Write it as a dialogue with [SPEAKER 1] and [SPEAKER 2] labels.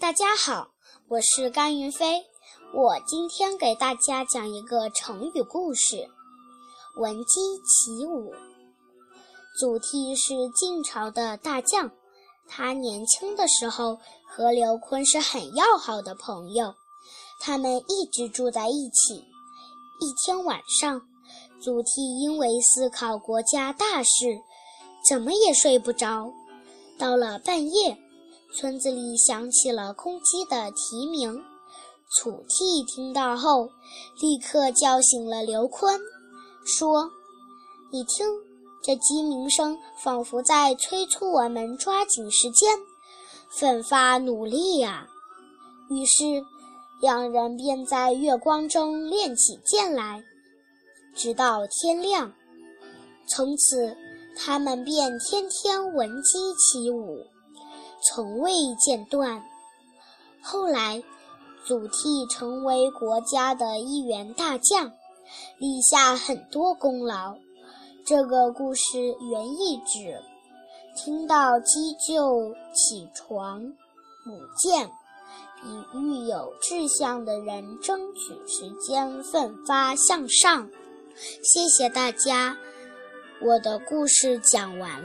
[SPEAKER 1] 大家好，我是甘云飞。我今天给大家讲一个成语故事“闻鸡起舞”。祖逖是晋朝的大将，他年轻的时候和刘琨是很要好的朋友，他们一直住在一起。一天晚上，祖逖因为思考国家大事，怎么也睡不着。到了半夜，村子里响起了公鸡的啼鸣。祖逖听到后，立刻叫醒了刘琨，说：“你听，这鸡鸣声仿佛在催促我们抓紧时间，奋发努力呀！”于是，两人便在月光中练起剑来，直到天亮。从此，他们便天天闻鸡起舞，从未间断。后来，祖逖成为国家的一员大将，立下很多功劳。这个故事原意指听到鸡就起床舞剑，比喻有志向的人争取时间，奋发向上。谢谢大家，我的故事讲完了。